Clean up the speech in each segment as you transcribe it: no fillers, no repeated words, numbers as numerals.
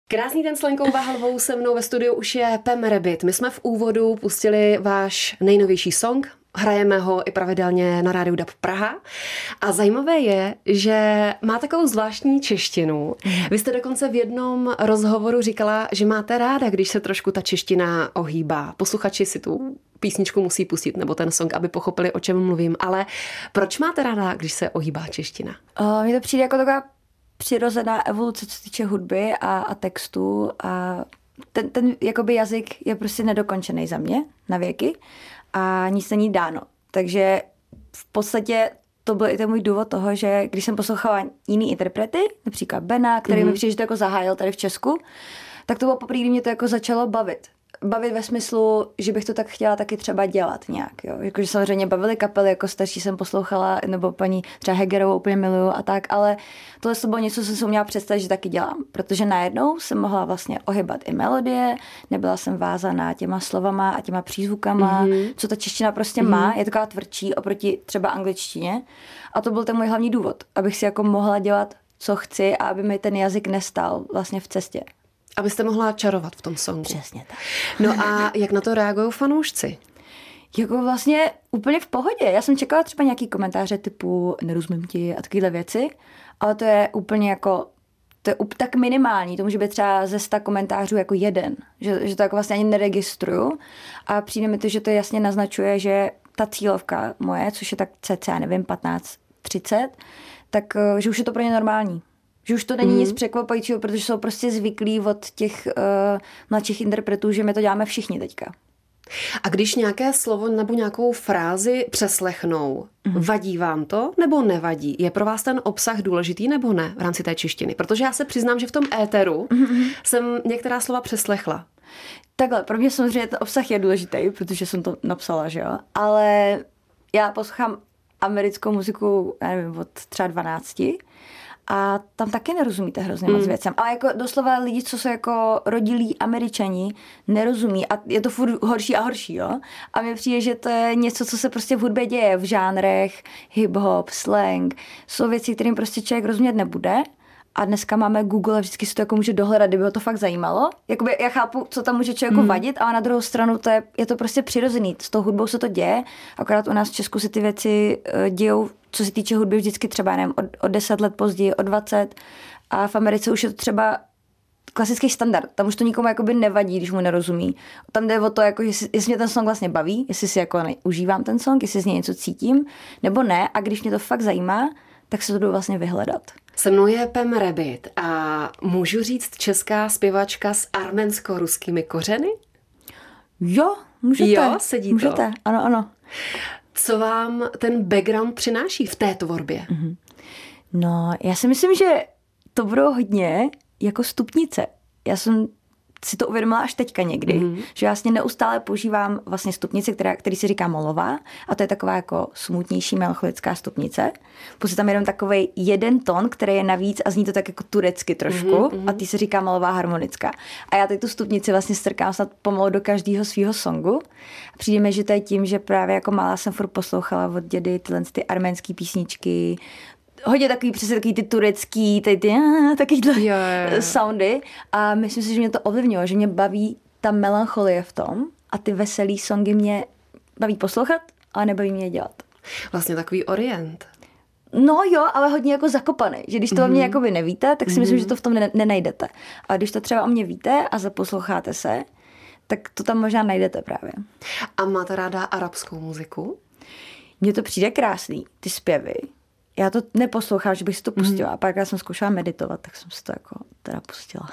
Krásný den s Lenkou Váhalovou, se mnou ve studiu už je Pam Rabbit. My jsme v úvodu pustili váš nejnovější song, hrajeme ho i pravidelně na rádiu DAB Praha a zajímavé je, že má takovou zvláštní češtinu. Vy jste dokonce v jednom rozhovoru říkala, že máte ráda, když se trošku ta čeština ohýbá. Posluchači si tu písničku musí pustit, nebo ten song, aby pochopili, o čem mluvím. Ale proč máte ráda, když se ohýbá čeština? Mně to přijde jako taková přirozená evoluce, co se týče hudby a textu a ten jakoby jazyk je prostě nedokončený za mě na věky a nic není dáno. Takže v podstatě to byl i ten můj důvod toho, že když jsem poslouchala jiný interprety, například Bena, který mi přijde, že to jako zahájil tady v Česku, tak to bylo poprvé, kdy mě to jako začalo bavit. Bavit ve smyslu, že bych to tak chtěla taky třeba dělat nějak. Jo? Jakože samozřejmě bavily kapely, jako starší jsem poslouchala, nebo paní třeba Hegerovou úplně miluju a tak, ale tohle to bylo něco, co jsem si uměla představit, že taky dělám. Protože najednou jsem mohla vlastně ohybat i melodie, nebyla jsem vázaná těma slovama a těma přízvukama, co ta čeština prostě má, je taková tvrdší oproti třeba angličtině. A to byl ten můj hlavní důvod, abych si jako mohla dělat, co chci a aby mi ten jazyk nestál vlastně v cestě. Abyste mohla čarovat v tom songu. Přesně tak. No a jak na to reagují fanoušci? Jako vlastně úplně v pohodě. Já jsem čekala třeba nějaký komentáře typu nerozumím ti a takovéhle věci, ale to je úplně jako, to je tak minimální. To může být třeba ze 100 komentářů jako jeden. Že to jako vlastně ani neregistruju a přijde mi to, že to jasně naznačuje, že ta cílovka moje, což je tak cca, nevím, 15-30, tak že už je to pro ně normální. Že už to není nic překvapujícího, protože jsou prostě zvyklí od těch mladších interpretů, že my to děláme všichni teďka. A když nějaké slovo nebo nějakou frázi přeslechnou, vadí vám to nebo nevadí? Je pro vás ten obsah důležitý nebo ne v rámci té češtiny? Protože já se přiznám, že v tom éteru jsem některá slova přeslechla. Takhle, pro mě samozřejmě ten obsah je důležitý, protože jsem to napsala, že jo? Ale já poslouchám americkou muziku, já nevím, od třeba 12. A tam taky nerozumíte hrozně moc věcem. Ale jako doslova lidi, co jsou jako rodilí Američani, nerozumí. A je to furt horší a horší, jo. A mně přijde, že to je něco, co se prostě v hudbě děje. V žánrech, hip-hop, slang. Jsou věci, kterým prostě člověk rozumět nebude. A dneska máme Google a vždycky si to jako může dohledat, kdyby ho to fakt zajímalo. Jakoby já chápu, co tam může člověku vadit, ale na druhou stranu je to prostě přirozený. S tou hudbou se to děje, akorát u nás v Česku se ty věci dějou, co se týče hudby, vždycky třeba nevím, o 10 let později, o 20. A v Americe už je to třeba klasický standard. Tam už to nikomu jakoby nevadí, když mu nerozumí. Tam jde o to, jako, jestli mě ten song vlastně baví, jestli si jako užívám ten song, jestli z něj něco cítím, nebo ne. A když mě to fakt zajímá, tak se to jdu vlastně vyhledat. Se mnou je Pam Rabbit a můžu říct česká zpěvačka s arménsko-ruskými kořeny? Jo, můžete. Jo, sedí to. Můžete, ano. Co vám ten background přináší v té tvorbě? No, já si myslím, že to budou hodně jako stupnice. Já jsem si to uvědomila až teďka někdy, že já vlastně neustále používám vlastně stupnici, který se říká molová a to je taková jako smutnější melancholická stupnice. Plus je tam jenom takovej jeden tón, který je navíc a zní to tak jako turecky trošku a ty se říká molová harmonická. A já teď tu stupnici vlastně strkám snad pomalu do každého svého songu. Přijde mi, že to je tím, že právě jako malá jsem furt poslouchala od dědy ty arménské písničky, hodně takový, přesně takový ty turecký, takovýhle soundy a myslím si, že mě to ovlivnilo, že mě baví ta melancholie v tom a ty veselý songy mě baví poslouchat, ale nebaví mě je dělat. Vlastně takový orient. No jo, ale hodně jako zakopaný, že když to o mě jakoby nevíte, tak si myslím, že to v tom nenajdete. A když to třeba o mě víte a zaposloucháte se, tak to tam možná najdete právě. A máte ráda arabskou muziku? Mně to přijde krásný, ty zpěvy. Já to neposlouchám, že bych si to pustila. A párkrát jsem zkoušela meditovat, tak jsem si to jako teda pustila.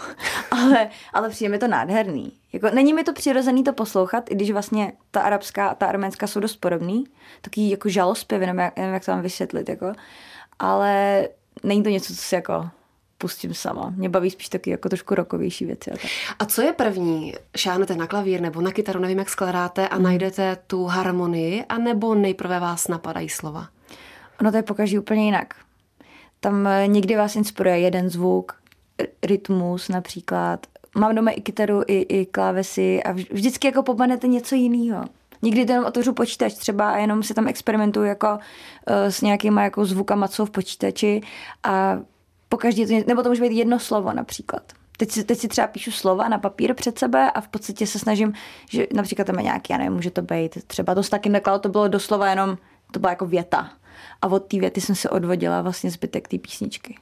ale přijde mi to nádherný. Jako, není mi to přirozený to poslouchat, i když vlastně ta arabská a ta arménská jsou dost podobný. Takový jako žalospěvy, nevím, jak to mám vysvětlit. Jako. Ale není to něco, co si jako pustím sama. Mě baví spíš taky jako trošku rockovější věci. A co je první? Šáhnete na klavír nebo na kytaru, nevím, jak skládáte a najdete tu harmonii, anebo nejprve vás napadají slova? Ono to je pokaždé úplně jinak. Tam někdy vás inspiruje jeden zvuk, rytmus například. Mám doma i kytaru, i klávesy a vždycky jako pobanete něco jiného. Někdy to jenom otevřu počítač třeba a jenom si tam experimentuju jako s nějakýma jako zvukama, co v počítači a pokaždé to, nebo to může být jedno slovo například. Teď si třeba píšu slova na papír před sebe a v podstatě se snažím, že například tam je nějaký, já nevím, může to být třeba to s takým nekladu, to bylo doslova jenom, to byla jako věta. A od té věty jsem se odvodila vlastně zbytek té písničky.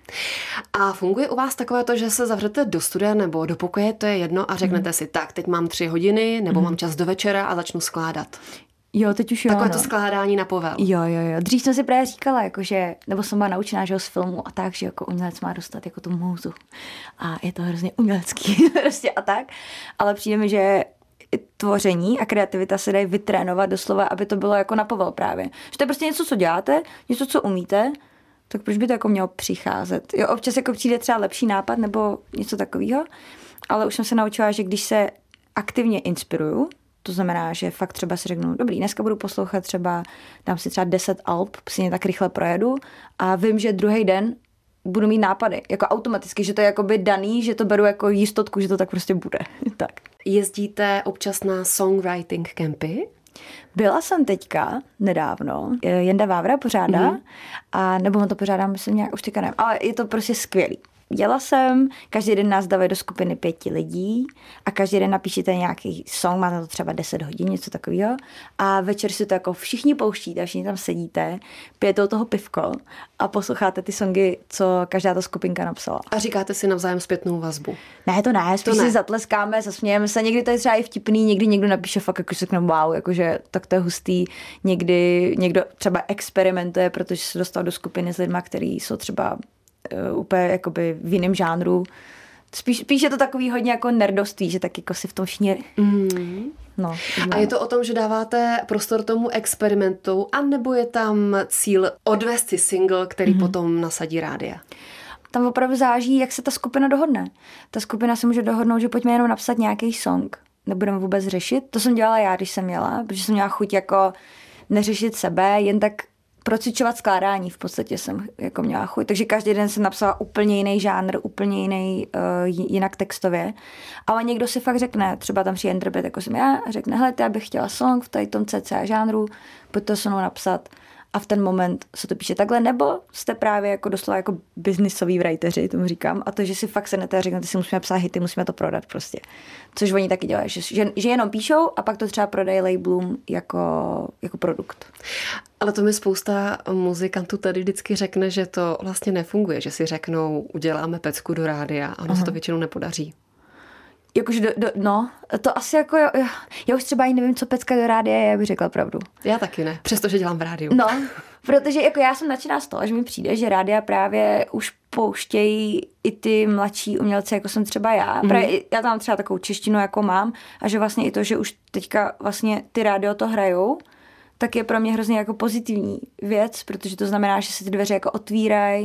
A funguje u vás takové to, že se zavřete do studia nebo do pokoje, to je jedno, a řeknete si, tak, teď mám 3 hodiny, nebo mám čas do večera a začnu skládat. Jo, teď už jo. Takové to skládání na povel. Jo. Dřív jsem si právě říkala, jakože, nebo jsem byla naučená, že z filmu a tak, že jako umělec má dostat jako tu můzu. A je to hrozně umělecký prostě a tak. Ale přijde mi, že tvoření a kreativita se dají vytrénovat doslova, aby to bylo jako na povel právě. Že to je prostě něco, co děláte, něco, co umíte, tak proč by to jako mělo přicházet? Jo, občas jako přijde třeba lepší nápad nebo něco takového, ale už jsem se naučila, že když se aktivně inspiruju, to znamená, že fakt třeba si řeknu, dobrý, dneska budu poslouchat třeba, dám si třeba 10 alb, si tak rychle projedu a vím, že druhý den budu mít nápady, jako automaticky, že to je jakoby daný, že to beru jako jistotku, že to tak prostě bude. Tak. Jezdíte občas na songwriting campy? Byla jsem teďka nedávno, Jenda Vávra pořádá, a nebo on to pořádá, myslím nějak, už teďka nevím, ale je to prostě skvělý. Jela jsem, každý den nás dávají do skupiny 5 lidí a každý den napíšete nějaký song, máte to třeba 10 hodin, něco takového a večer si to jako všichni pouštíte, všichni tam sedíte, pijete toho pivko a posloucháte ty songy, co každá ta skupinka napsala. A říkáte si navzájem zpětnou vazbu? Ne, to ne, spíš si zatleskáme, zasmějeme se, někdy to je třeba i vtipný, někdy někdo napíše fakt jako řekne wow, jakože tak to je hustý, někdy někdo třeba experimentuje, protože se dostal do skupiny s lidma, kteří jsou třeba úplně jakoby v jiném žánru. Spíš je to takový hodně jako nerdoství, že tak jako si v tom všichni... No, a je to o tom, že dáváte prostor tomu experimentu, anebo je tam cíl odvést si single, který potom nasadí rádia? Tam opravdu záží, jak se ta skupina dohodne. Ta skupina se může dohodnout, že pojďme jenom napsat nějaký song. Nebudeme vůbec řešit. To jsem dělala já, když jsem měla, protože jsem měla chuť jako neřešit sebe, jen tak procvičovat skládání v podstatě jsem jako měla chuť. Takže každý den jsem napsala úplně jiný žánr, úplně jiný, jinak textově. Ale někdo si fakt řekne, třeba tam přijde interpret, jako jsem já, a řekne, hele, já bych chtěla song v tady tom cca žánru, pojď to se mnou napsat. A v ten moment se to píše takhle, nebo jste právě jako doslova jako biznisoví writeři, tomu říkám, a to, že si fakt sednete a řeknete si, musíme psát hity, musíme to prodat prostě. Což oni taky dělají, že jenom píšou a pak to třeba prodají labelům jako produkt. Ale to mi spousta muzikantů tady vždycky řekne, že to vlastně nefunguje, že si řeknou, uděláme pecku do rádia a ono se to většinou nepodaří. Jakože no, to asi jako, já už třeba ani nevím, co pecka do rádia je, já bych řekla pravdu. Já taky ne, přestože dělám v rádiu. No, protože jako já jsem nadšená z toho, že mi přijde, že rádia právě už pouštějí i ty mladší umělce, jako jsem třeba já. Právě já tam třeba takovou češtinu, jako mám, a že vlastně i to, že už teďka vlastně ty rádio to hrajou, tak je pro mě hrozně jako pozitivní věc, protože to znamená, že se ty dveře jako otvírají,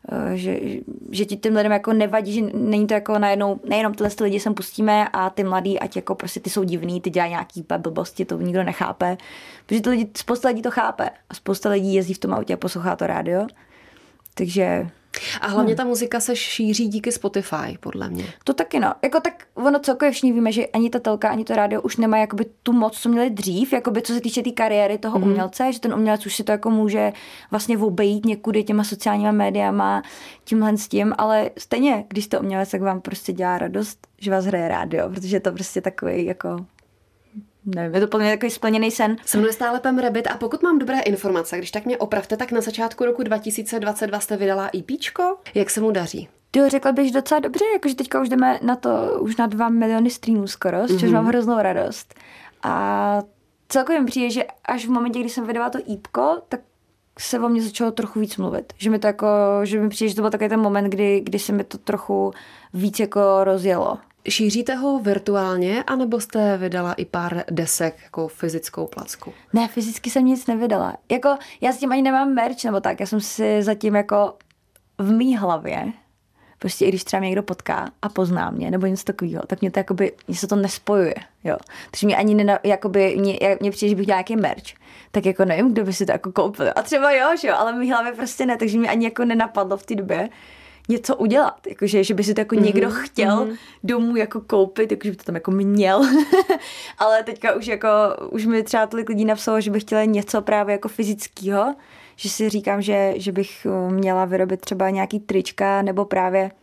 že ti těm lidem jako nevadí, že není to jako najednou, nejenom tyhle lidi sem pustíme a ty mladí, ať jako prostě ty jsou divný, ty dělají nějaký blbosti, to nikdo nechápe. Protože ty lidi, spousta lidí to chápe a spousta lidí jezdí v tom autě a poslouchá to rádio. Takže... A hlavně ta muzika se šíří díky Spotify, podle mě. To taky no. Jako tak ono celkově všichni víme, že ani ta telka, ani to rádio už nemají jakoby tu moc, co měli dřív, jakoby co se týče té kariéry toho umělce, že ten umělec už si to jako může vlastně obejít někudy těma sociálníma médiama, tímhle s tím, ale stejně, když jste umělec, tak vám prostě dělá radost, že vás hraje rádio, protože je to prostě takový jako... Nevím, je to podle mě takový splněný sen. Se mnou je stále Pam Rabbit a pokud mám dobré informace, když tak mě opravte, tak na začátku roku 2022 jste vydala EPčko. Jak se mu daří? Jo, řekla bych, že docela dobře, jakože teďka už jdeme na to, už na 2 miliony streamů skoro, z čehož mám hroznou radost. A celkově mi přijde, že až v momentě, kdy jsem vydala to EPko, tak se o mě začalo trochu víc mluvit. Že mi to jako, že mi přijde, že to byl takový ten moment, kdy se mi to trochu víc jako rozjelo. Šíříte ho virtuálně, anebo jste vydala i pár desek jako fyzickou placku? Ne, fyzicky jsem nic nevydala. Jako, já s tím ani nemám merch nebo tak, já jsem si zatím jako v mý hlavě, prostě i když třeba mě někdo potká a pozná mě, nebo něco takového, tak mě to jakoby, mě se to nespojuje, jo. Takže mě ani mě přijde, že bych dělal nějaký merch, tak jako nevím, kdo by si to jako koupil. A třeba jo, ale v mý hlavě prostě ne, takže mě ani jako nenapadlo v té době něco udělat, jakože, že by si to jako někdo chtěl domů jako koupit, jakože by to tam jako měl. Ale teďka už mi třeba tolik lidí napsalo, že by chtěli něco právě jako fyzického, že si říkám, že bych měla vyrobit třeba nějaký trička nebo právě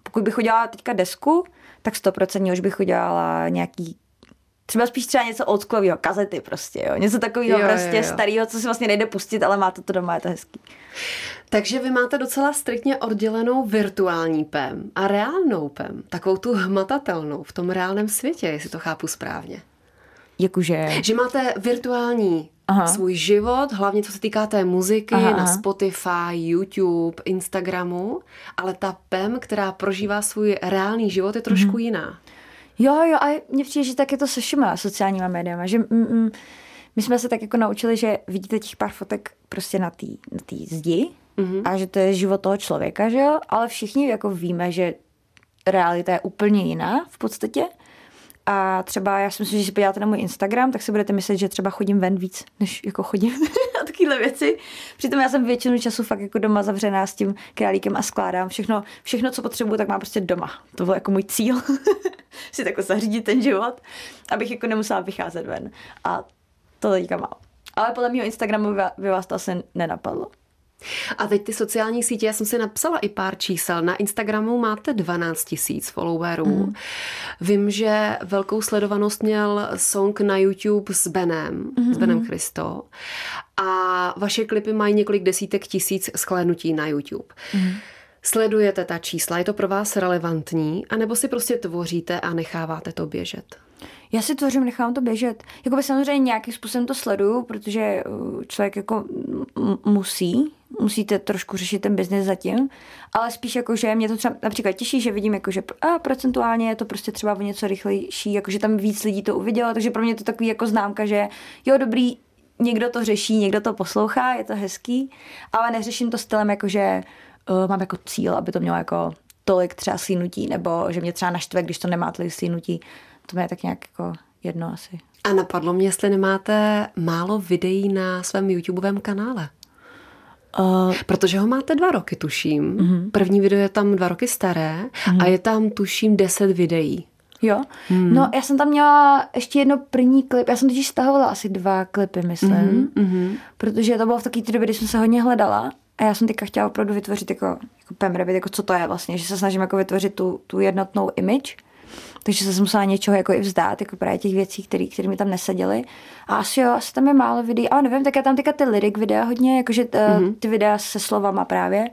pokud bych udělala teďka desku, tak 100% už bych udělala nějaký třeba něco oldschoolového, kazety prostě, jo. Něco takového prostě starého, co si vlastně nejde pustit, ale máte to doma, je to hezký. Takže vy máte docela striktně oddělenou virtuální PEM a reálnou PEM, takovou tu hmatatelnou v tom reálném světě, jestli to chápu správně. Jakože? Že máte virtuální svůj život, hlavně co se týká té muziky, na Spotify, YouTube, Instagramu, ale ta PEM, která prožívá svůj reálný život, je trošku jiná. Jo, a mně přijde, že tak je to se všema sociálníma médiama, že my jsme se tak jako naučili, že vidíte těch pár fotek prostě na té zdi a že to je život toho člověka, že jo, ale všichni jako víme, že realita je úplně jiná v podstatě. A třeba já si myslím, že když si podíváte na můj Instagram, tak si budete myslet, že třeba chodím ven víc, než jako chodím a takovéhle věci. Přitom já jsem většinu času fakt jako doma zavřená s tím králíkem a skládám všechno, co potřebuju, tak mám prostě doma. To byl jako můj cíl, si takhle zařídit ten život, abych jako nemusela vycházet ven. A to teďka mám. Ale podle mého Instagramu by vás to asi nenapadlo. A teď ty sociální sítě, já jsem si napsala i pár čísel. Na Instagramu máte 12 000 followerů. Vím, že velkou sledovanost měl song na YouTube s Benem Christo. A vaše klipy mají několik desítek tisíc shlédnutí na YouTube. Sledujete ta čísla? Je to pro vás relevantní? A nebo si prostě tvoříte a necháváte to běžet? Já si tvořím, nechám to běžet. Jakoby samozřejmě nějakým způsobem to sleduju, protože člověk jako musíte trošku řešit ten biznes zatím, ale spíš jako, že mě to třeba například těší, že vidím jako, že procentuálně je to prostě třeba o něco rychlejší, jako, že tam víc lidí to uvidělo, takže pro mě je to takový jako známka, že jo, dobrý, někdo to řeší, někdo to poslouchá, je to hezký, ale neřeším to stylem jako, že mám jako cíl, aby to mělo jako tolik třeba slínutí, nebo že mě třeba naštve, když to nemá tolik slínutí. To je tak nějak jako jedno asi. A napadlo mě, jestli nemáte málo videí na svém YouTubeovém kanále. Protože ho máte 2 roky, tuším. První video je tam 2 roky staré a je tam, tuším, 10 videí. Jo? No, já jsem tam měla ještě jedno první klip. Já jsem totiž stahovala asi 2 klipy, myslím. Protože to bylo v takové té době, kdy jsem se hodně hledala. A já jsem teďka chtěla opravdu vytvořit jako PEM Rabbit, jako co to je vlastně. Že se snažím jako vytvořit tu jednotnou image. Takže jsem musela něčeho jako i vzdát, jako právě těch věcí, které mi tam neseděly. A asi tam je málo videí, ale nevím, tak já tam teďka ty lyric videa hodně, jakože ty videa se slovama právě.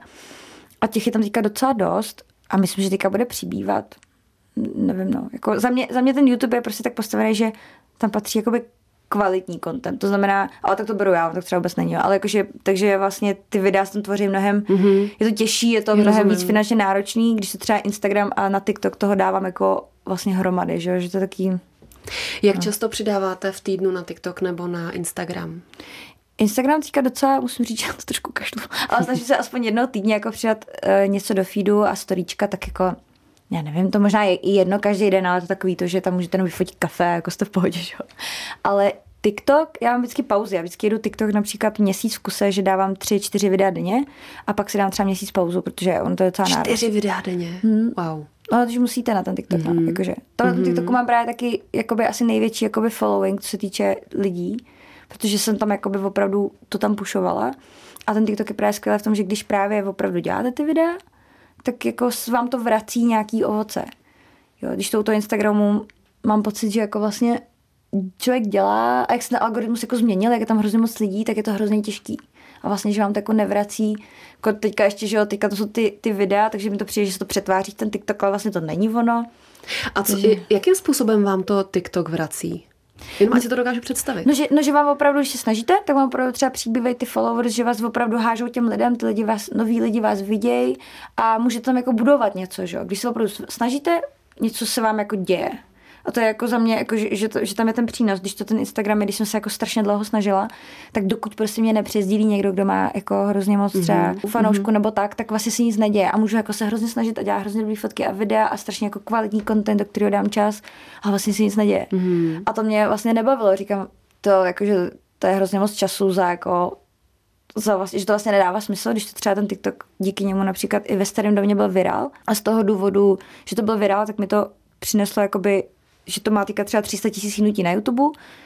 A těch je tam teďka docela dost a myslím, že teďka bude přibývat. Nevím, no. Jako za mě ten YouTube je prostě tak postavený, že tam patří jakoby kvalitní content. To znamená, ale tak to beru já, tak třeba vůbec není, ale jakože, takže vlastně ty videa tam tvoří mnohem, je to těžší, je to mnohem víc finančně náročný, když se třeba Instagram a na TikTok toho dávám jako vlastně hromady, že to taky... Jak často přidáváte v týdnu na TikTok nebo na Instagram? Instagram teďka docela, musím říct, že to trošku kašlu, ale snažím se aspoň jednou týdně jako přidat něco do feedu a storíčka, tak jako já nevím, to možná je i jedno každý den, ale to takový to, že tam můžete jenom vyfotit kafe, jako jste v pohodě, že? Ale TikTok, já mám vždycky pauzy, já vždycky jedu TikTok například měsíc v kuse, že dávám 3-4 videa denně a pak si dám třeba měsíc pauzu, protože on to je docela náročné. 4 videa denně? Wow. No, takže musíte na ten TikTok, jakože. Na tom TikToku mám právě taky jakoby asi největší jakoby following, co se týče lidí, protože jsem tam jakoby opravdu to tam pushovala a ten TikTok je právě skvělý v tom, že když právě opravdu děláte ty videa, tak jako vám to vrací nějaký ovoce. Jo, když to Instagramu mám pocit, že jako vlastně člověk dělá a jak se ten algoritmus jako změnil, jak je tam hrozně moc lidí, tak je to hrozně těžký. A vlastně, že vám to jako nevrací, jako teďka ještě, že jo, teďka to jsou ty videa, takže mi to přijde, že se to přetváří ten TikTok, ale vlastně to není ono. A jakým způsobem vám to TikTok vrací? Jenom ať si to dokážu představit. Že vám opravdu, když se snažíte, tak vám opravdu třeba přibývají ty followers, že vás opravdu hážou těm lidem, ty lidi noví lidi vás vidějí a můžete tam jako budovat něco, že jo. Když se opravdu snažíte, něco se vám jako děje. A to je jako za mě, jako, že tam je ten přínos. Když to ten Instagram, když jsem se jako strašně dlouho snažila, tak dokud prostě mě nepřezdílí někdo, kdo má jako hrozně moc třeba fanoušku nebo tak vlastně si nic neděje. A můžu jako se hrozně snažit a dělat hrozně dobrý fotky a videa a strašně jako kvalitní content, do kterého dám čas a vlastně si nic neděje. A to mě vlastně nebavilo. Říkám, že to je hrozně moc času za jako že to vlastně nedává smysl, když to třeba ten TikTok díky němu například i ve starém domě byl virál. A z toho důvodu, že to byl virál, tak mi to přineslo jakoby, že to má týka třeba 300 000 hnutí na YouTube.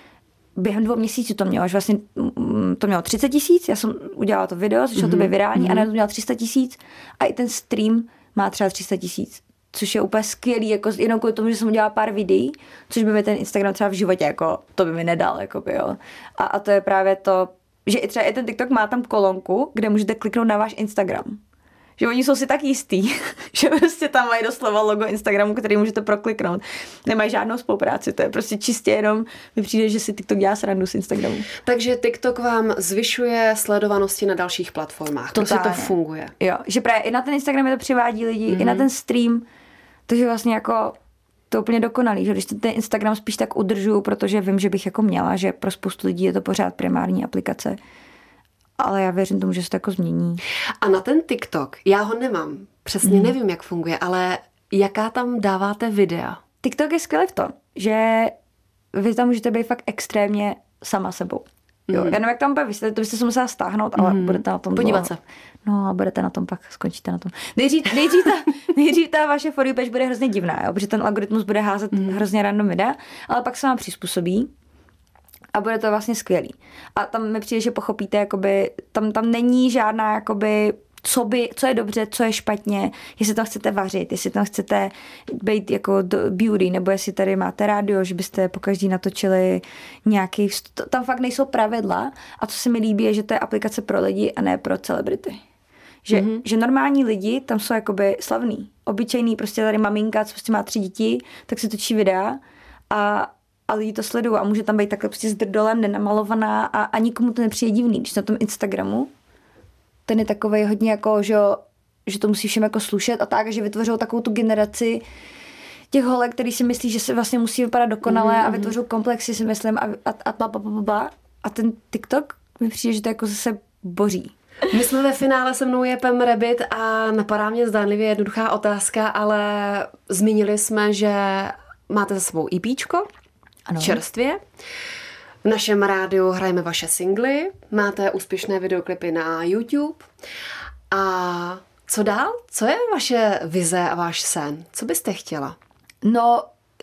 Během 2 měsíců to mělo, že vlastně to mělo 30 000, já jsem udělala to video, začalo to být virální a najednou to mělo 300 000 a i ten stream má třeba 300 000. což je úplně skvělý, jako jenom kvůli tomu, že jsem udělala pár videí, což by mi ten Instagram třeba v životě, jako to by mi nedal, jakoby, jo. A to je právě to, že i třeba i ten TikTok má tam kolonku, kde můžete kliknout na váš Instagram. Že oni jsou si tak jistý, že prostě tam mají doslova logo Instagramu, který můžete prokliknout. Nemají žádnou spolupráci, to je prostě čistě jenom mi přijde, že si TikTok dělá srandu s Instagramu. Takže TikTok vám zvyšuje sledovanosti na dalších platformách. Prostě to funguje. Jo, že právě i na ten Instagram je to přivádí lidi, i na ten stream, takže vlastně jako to úplně dokonalý, že když ten Instagram spíš tak udržuju, protože vím, že bych jako měla, že pro spoustu lidí je to pořád primární aplikace. Ale já věřím tomu, že se to jako změní. A na ten TikTok, já ho nemám, přesně nevím, jak funguje, ale jaká tam dáváte videa? TikTok je skvělý v tom, že vy tam můžete být fakt extrémně sama sebou. Jo, já nevím, jak tam bude, to byste se musela stáhnout, ale budete na tom podívat se. No a budete na tom, pak skončíte na tom. Nejdřív ta vaše for you page bude hrozně divná, jo, protože ten algoritmus bude házet hrozně random videa, ale pak se vám přizpůsobí. A bude to vlastně skvělý. A tam mi přijde, že pochopíte, jakoby, tam není žádná, jakoby, co je dobře, co je špatně, jestli tam chcete vařit, jestli tam chcete být jako beauty, nebo jestli tady máte rádio, že byste pokaždý natočili nějaký, tam fakt nejsou pravidla a co se mi líbí je, že to je aplikace pro lidi a ne pro celebrity. Že normální lidi tam jsou jakoby slavný, obyčejný, prostě tady maminka, co prostě má 3 děti, tak si točí videa a lidi to sledují a může tam být takhle prostě s drdolem, nenamalovaná a nikomu to nepřijde divný. Když na tom Instagramu, ten je takovej hodně jako, že to musí všem jako slušet a tak, že vytvořou takovou tu generaci těch holek, který si myslí, že se vlastně musí vypadat dokonale a vytvořou komplexy, si myslím, a ten TikTok mi přijde, že to jako zase boří. My jsme ve finále, se mnou je Pam Rabbit a napadá mě zdánlivě jednoduchá otázka, ale zmínili jsme, že máte za sebou EPčko, ano. Čerstvě. V našem rádiu hrajeme vaše singly, máte úspěšné videoklipy na YouTube. A co dál? Co je vaše vize a váš sen? Co byste chtěla? No,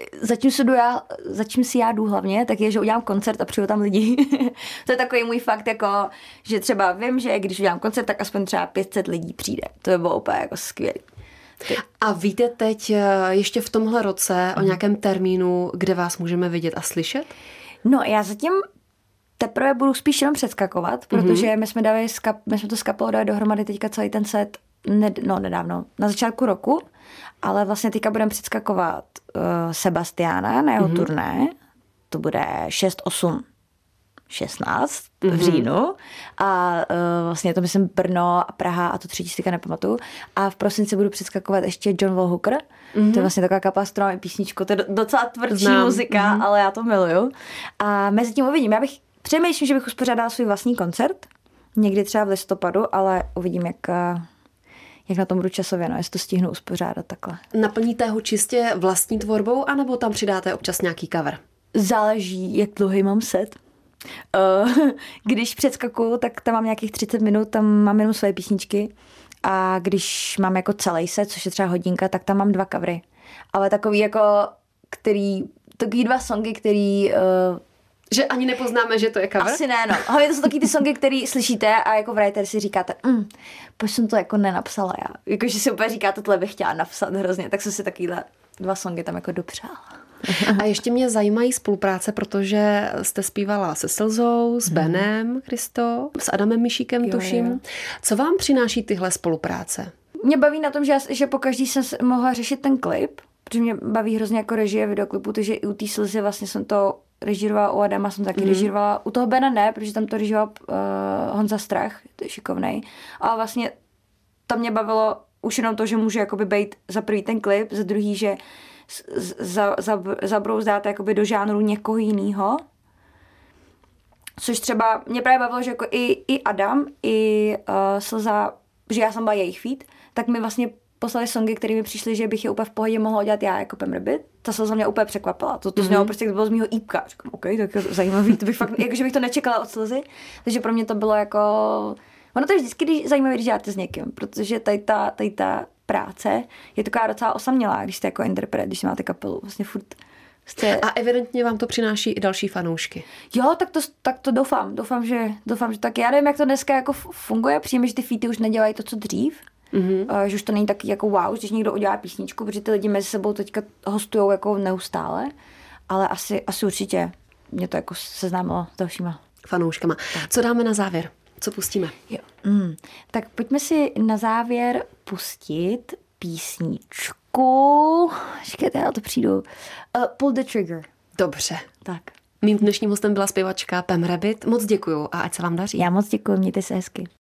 zatím si já jdu hlavně, tak je, že udělám koncert a přijdu tam lidi. To je takový můj fakt, jako, že třeba vím, že když udělám koncert, tak aspoň třeba 500 lidí přijde. To by bylo úplně jako skvělý. A víte teď ještě v tomhle roce o nějakém termínu, kde vás můžeme vidět a slyšet? No, já zatím teprve budu spíš jenom předskakovat, protože my jsme to s kapelou dali dohromady teďka celý ten set nedávno, na začátku roku, ale vlastně teďka budeme předskakovat Sebastiana na jeho turné, to bude 6, 8, 16 v říjnu a vlastně to myslím Brno a Praha a to třetí si teďka nepamatuju a v prosinci budu předskakovat ještě John Will Hooker, to je vlastně taková kapela s kterou mám písničku, to je docela tvrdší muzika, ale já to miluju a mezi tím uvidím, já bych přemýšlím, že bych uspořádala svůj vlastní koncert, někdy třeba v listopadu, ale uvidím, jak na tom budu časově, jestli to stihnu uspořádat takhle. Naplníte ho čistě vlastní tvorbou, anebo tam přidáte občas nějaký cover? Záleží, jak dlouhý mám set. Když předskakuju, tak tam mám nějakých 30 minut, tam mám jenom své písničky a když mám jako celý set, což je třeba hodinka, tak tam mám 2 covery. Ale takový jako, takový 2 songy, který... Že ani nepoznáme, že to je cover? Asi ne, no. Hlavně to jsou taky ty songy, které slyšíte a jako writer si říkáte, proč jsem to jako nenapsala já. Jakože si úplně říkáte, tohle bych chtěla napsat hrozně, tak jsem si takovýhle 2 songy tam jako dopřála. A ještě mě zajímají spolupráce, protože jste zpívala se Slzou, s Benem Kristo, s Adamem Mišíkem, tuším. Jo. Co vám přináší tyhle spolupráce? Mě baví na tom, že pokaždý jsem mohla řešit ten klip, protože mě baví hrozně jako režie videoklipu, takže i u té Slzy vlastně jsem to režírovala, u Adama jsem taky režírovala, u toho Bena ne, protože tam to režíroval Honza Strach, to je šikovnej. Ale vlastně tam mě bavilo už jenom to, že může jakoby být za prvý ten klip, za druhý, že zabrouzdáte jakoby do žánru někoho jinýho. Což třeba mě právě bavilo, že jako i Adam, i Slza, že já jsem byla jejich feed, tak mi vlastně poslali songy, které mi přišly, že bych je úplně v pohodě mohla udělat já jako Pam Rabbit. Ta Slza mě úplně překvapila. To znělo prostě, to bylo z mýho ípka. Říkám, OK, tak je to zajímavý, to bych fakt, jakože bych to nečekala od Slzy. Takže pro mě to bylo jako... Ono to je vždycky zajímavé, když děláte s někým, protože tady ta práce je taková docela osamělá, když jste jako interpret, když máte kapelu. Vlastně furt jste... A evidentně vám to přináší i další fanoušky. Jo, tak to doufám. Doufám, že tak. Já nevím, jak to dneska jako funguje. Přijím, že ty feety už nedělají to, co dřív. že už to není taky jako wow, když někdo udělá písničku, protože ty lidi mezi sebou teďka hostujou jako neustále, ale asi určitě mě to jako seznámilo s dalšíma fanouškama. Co dáme na závěr? Co pustíme? Jo. Tak pojďme si na závěr pustit písničku. Počkejte, já to přijdu. Pull the Trigger. Dobře. Tak. Mým dnešním hostem byla zpěvačka Pam Rabbit. Moc děkuju a ať se vám daří. Já moc děkuju, mějte se hezky.